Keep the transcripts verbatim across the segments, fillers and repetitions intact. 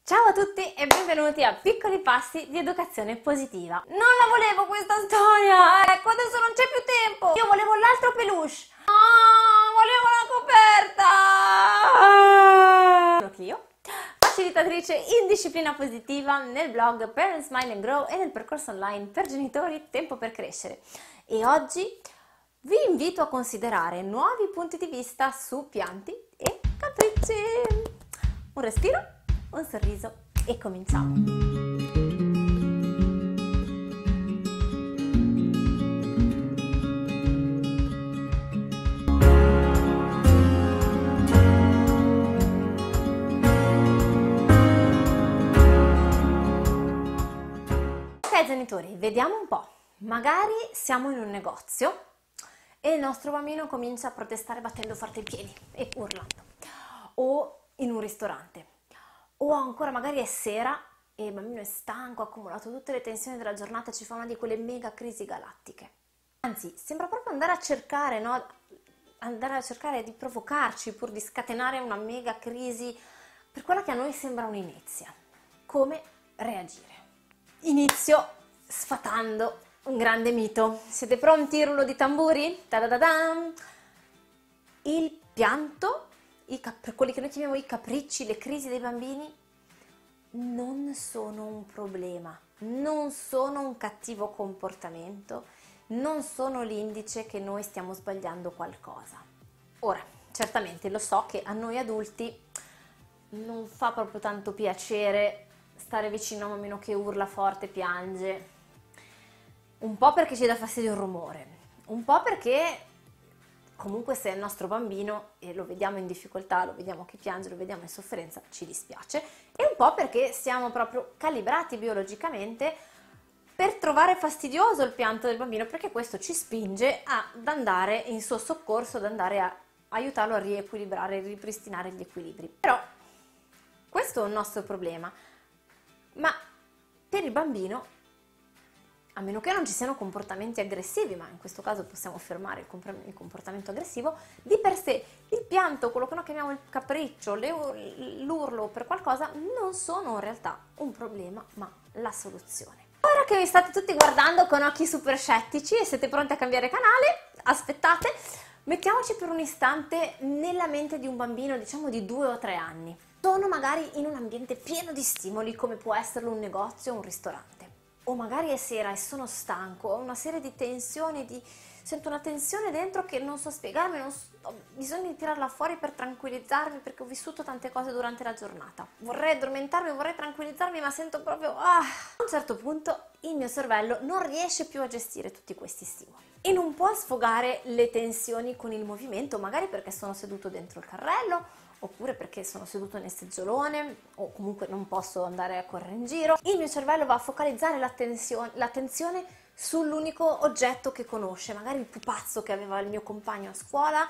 Ciao a tutti e benvenuti a Piccoli Passi di Educazione Positiva. Non la volevo questa storia, ecco adesso non c'è più tempo. Io volevo l'altro peluche. Ah, volevo la coperta. Sono Clio, facilitatrice in disciplina positiva nel blog Parent Smile and Grow e nel percorso online per genitori Tempo per Crescere. E oggi vi invito a considerare nuovi punti di vista su pianti e capricci. Un respiro, un sorriso e cominciamo! Ok genitori, vediamo un po'. Magari siamo in un negozio e il nostro bambino comincia a protestare battendo forte i piedi e urlando. O in un ristorante. O ancora magari è sera e il bambino è stanco, ha accumulato tutte le tensioni della giornata e ci fa una di quelle mega crisi galattiche. Anzi, sembra proprio andare a cercare, no? Andare a cercare di provocarci pur di scatenare una mega crisi per quella che a noi sembra un'inezia. Come reagire? Inizio sfatando un grande mito. Siete pronti? Rullo di tamburi? Ta-da-da-dam! Il pianto, I cap- quelli che noi chiamiamo i capricci, le crisi dei bambini, non sono un problema, non sono un cattivo comportamento, non sono l'indice che noi stiamo sbagliando qualcosa. Ora, certamente lo so che a noi adulti non fa proprio tanto piacere stare vicino a un bambino che urla forte, piange, un po' perché ci dà fastidio il rumore, un po' perché comunque se è il nostro bambino e lo vediamo in difficoltà, lo vediamo che piange, lo vediamo in sofferenza, ci dispiace, e un po' perché siamo proprio calibrati biologicamente per trovare fastidioso il pianto del bambino, perché questo ci spinge ad andare in suo soccorso, ad andare a aiutarlo a riequilibrare, a ripristinare gli equilibri. Però questo è un nostro problema, ma per il bambino, a meno che non ci siano comportamenti aggressivi, ma in questo caso possiamo fermare il comportamento aggressivo, di per sé il pianto, quello che noi chiamiamo il capriccio, l'urlo per qualcosa, non sono in realtà un problema, ma la soluzione. Ora che vi state tutti guardando con occhi super scettici e siete pronti a cambiare canale, aspettate, mettiamoci per un istante nella mente di un bambino, diciamo di due o tre anni. Sono magari in un ambiente pieno di stimoli, come può esserlo un negozio o un ristorante. O magari è sera e sono stanco, ho una serie di tensioni, di... sento una tensione dentro che non so spiegarmi, non so... ho bisogno di tirarla fuori per tranquillizzarmi perché ho vissuto tante cose durante la giornata. Vorrei addormentarmi, vorrei tranquillizzarmi, ma sento proprio... Ah! A un certo punto il mio cervello non riesce più a gestire tutti questi stimoli e non può sfogare le tensioni con il movimento, magari perché sono seduto dentro il carrello, oppure perché sono seduto nel seggiolone o comunque non posso andare a correre in giro. Il mio cervello va a focalizzare l'attenzione, l'attenzione sull'unico oggetto che conosce, magari il pupazzo che aveva il mio compagno a scuola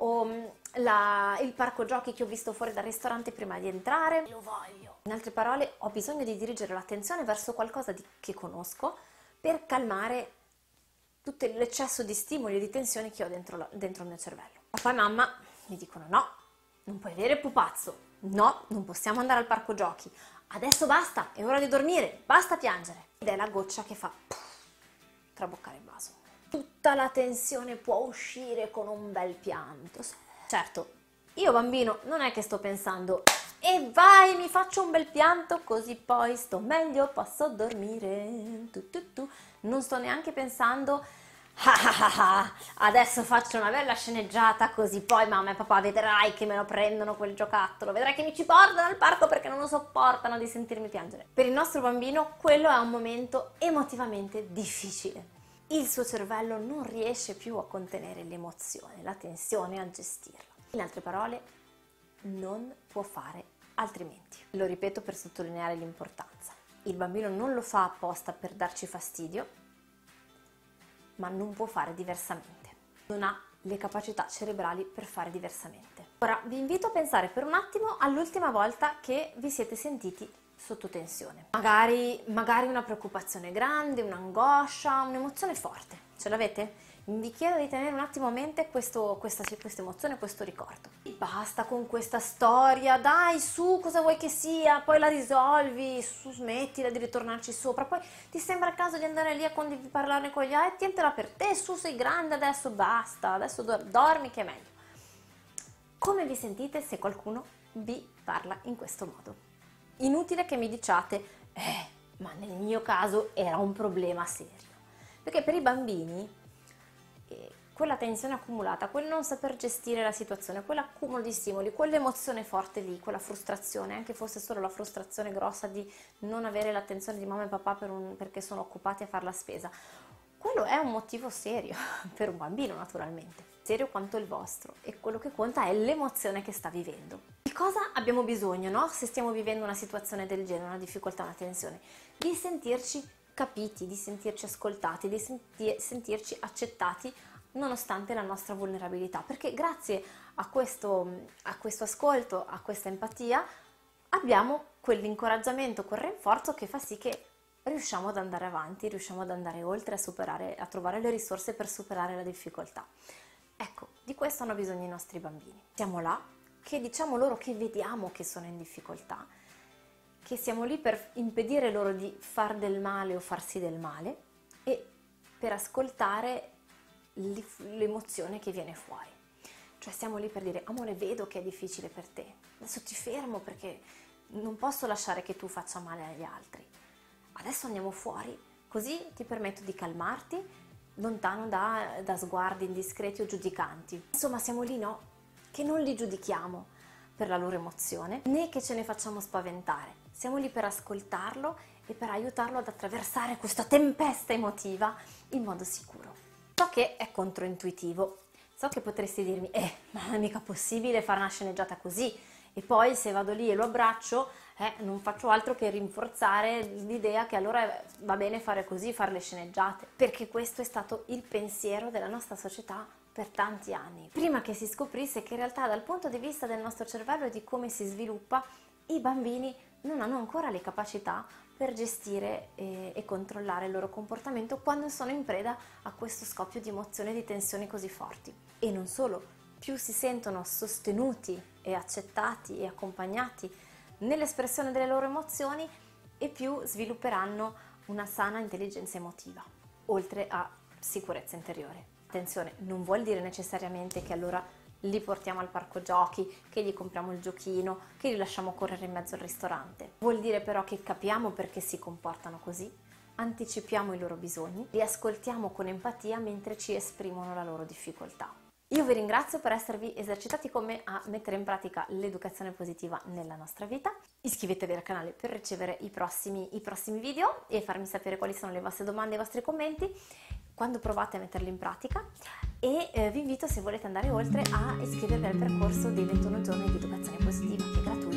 o la, il parco giochi che ho visto fuori dal ristorante prima di entrare. Lo voglio. In altre parole, ho bisogno di dirigere l'attenzione verso qualcosa di, che conosco per calmare tutto l'eccesso di stimoli e di tensioni che ho dentro, dentro il mio cervello. Papà e mamma mi dicono no, non puoi avere pupazzo, no, non possiamo andare al parco giochi, adesso basta, è ora di dormire, basta piangere. Ed è la goccia che fa puff, traboccare il vaso. Tutta la tensione può uscire con un bel pianto. Certo, io bambino non è che sto pensando e vai, mi faccio un bel pianto così poi sto meglio, posso dormire. Tu, tu, tu. Non sto neanche pensando ah ah ah ah, adesso faccio una bella sceneggiata così poi mamma e papà vedrai che me lo prendono quel giocattolo, vedrai che mi ci portano al parco perché non lo sopportano di sentirmi piangere. Per il nostro bambino quello è un momento emotivamente difficile. Il suo cervello non riesce più a contenere l'emozione, la tensione, a gestirla. In altre parole, non può fare altrimenti. Lo ripeto per sottolineare l'importanza. Il bambino non lo fa apposta per darci fastidio, ma non può fare diversamente. Non ha le capacità cerebrali per fare diversamente. Ora vi invito a pensare per un attimo all'ultima volta che vi siete sentiti sotto tensione. Magari, magari una preoccupazione grande, un'angoscia, un'emozione forte. Ce l'avete? vi chiedo di tenere un attimo a mente questo, questa, questa emozione, questo ricordo. Basta con questa storia, dai su, cosa vuoi che sia, poi la risolvi, su, smettila di ritornarci sopra, poi ti sembra il caso di andare lì a condiv- parlarne con gli altri, tientela per te, su, sei grande adesso, basta, adesso do- dormi che è meglio. Come vi sentite se qualcuno vi parla in questo modo? Inutile che mi diciate, eh, ma nel mio caso era un problema serio. Perché per i bambini eh, quella tensione accumulata, quel non saper gestire la situazione, quell'accumulo di stimoli, quell'emozione forte lì, quella frustrazione, anche fosse solo la frustrazione grossa di non avere l'attenzione di mamma e papà per un, perché sono occupati a fare la spesa, quello è un motivo serio per un bambino naturalmente, serio quanto il vostro, e quello che conta è l'emozione che sta vivendo. Di cosa abbiamo bisogno, no? Se stiamo vivendo una situazione del genere, una difficoltà, una tensione, di sentirci capiti, di sentirci ascoltati, di senti- sentirci accettati nonostante la nostra vulnerabilità, perché grazie a questo, a questo ascolto, a questa empatia, abbiamo quell'incoraggiamento, quel rinforzo che fa sì che riusciamo ad andare avanti, riusciamo ad andare oltre, a superare, a trovare le risorse per superare la difficoltà. Ecco, di questo hanno bisogno i nostri bambini. Siamo là, che diciamo loro che vediamo che sono in difficoltà, che siamo lì per impedire loro di far del male o farsi del male e per ascoltare l'emozione che viene fuori. Cioè siamo lì per dire, amore, vedo che è difficile per te, adesso ti fermo perché non posso lasciare che tu faccia male agli altri. Adesso andiamo fuori, così ti permetto di calmarti, lontano da, da sguardi indiscreti o giudicanti. Insomma, siamo lì, no? Che non li giudichiamo per la loro emozione, né che ce ne facciamo spaventare. Siamo lì per ascoltarlo e per aiutarlo ad attraversare questa tempesta emotiva in modo sicuro. So che è controintuitivo, so che potresti dirmi, eh, ma non è mica possibile fare una sceneggiata così, e poi se vado lì e lo abbraccio, eh, non faccio altro che rinforzare l'idea che allora va bene fare così, fare le sceneggiate, perché questo è stato il pensiero della nostra società per tanti anni, prima che si scoprisse che in realtà dal punto di vista del nostro cervello e di come si sviluppa, i bambini non hanno ancora le capacità per gestire e, e controllare il loro comportamento quando sono in preda a questo scoppio di emozioni e di tensioni così forti. E non solo, più si sentono sostenuti e accettati e accompagnati nell'espressione delle loro emozioni e più svilupperanno una sana intelligenza emotiva, oltre a sicurezza interiore. Attenzione, non vuol dire necessariamente che allora li portiamo al parco giochi, che gli compriamo il giochino, che li lasciamo correre in mezzo al ristorante. Vuol dire però che capiamo perché si comportano così, anticipiamo i loro bisogni, li ascoltiamo con empatia mentre ci esprimono la loro difficoltà. Io vi ringrazio per esservi esercitati con me a mettere in pratica l'educazione positiva nella nostra vita. Iscrivetevi al canale per ricevere i prossimi, i prossimi video e farmi sapere quali sono le vostre domande e i vostri commenti quando provate a metterli in pratica, e eh, vi invito, se volete andare oltre, a iscrivervi al percorso dei ventuno giorni di educazione positiva, che è gratuito.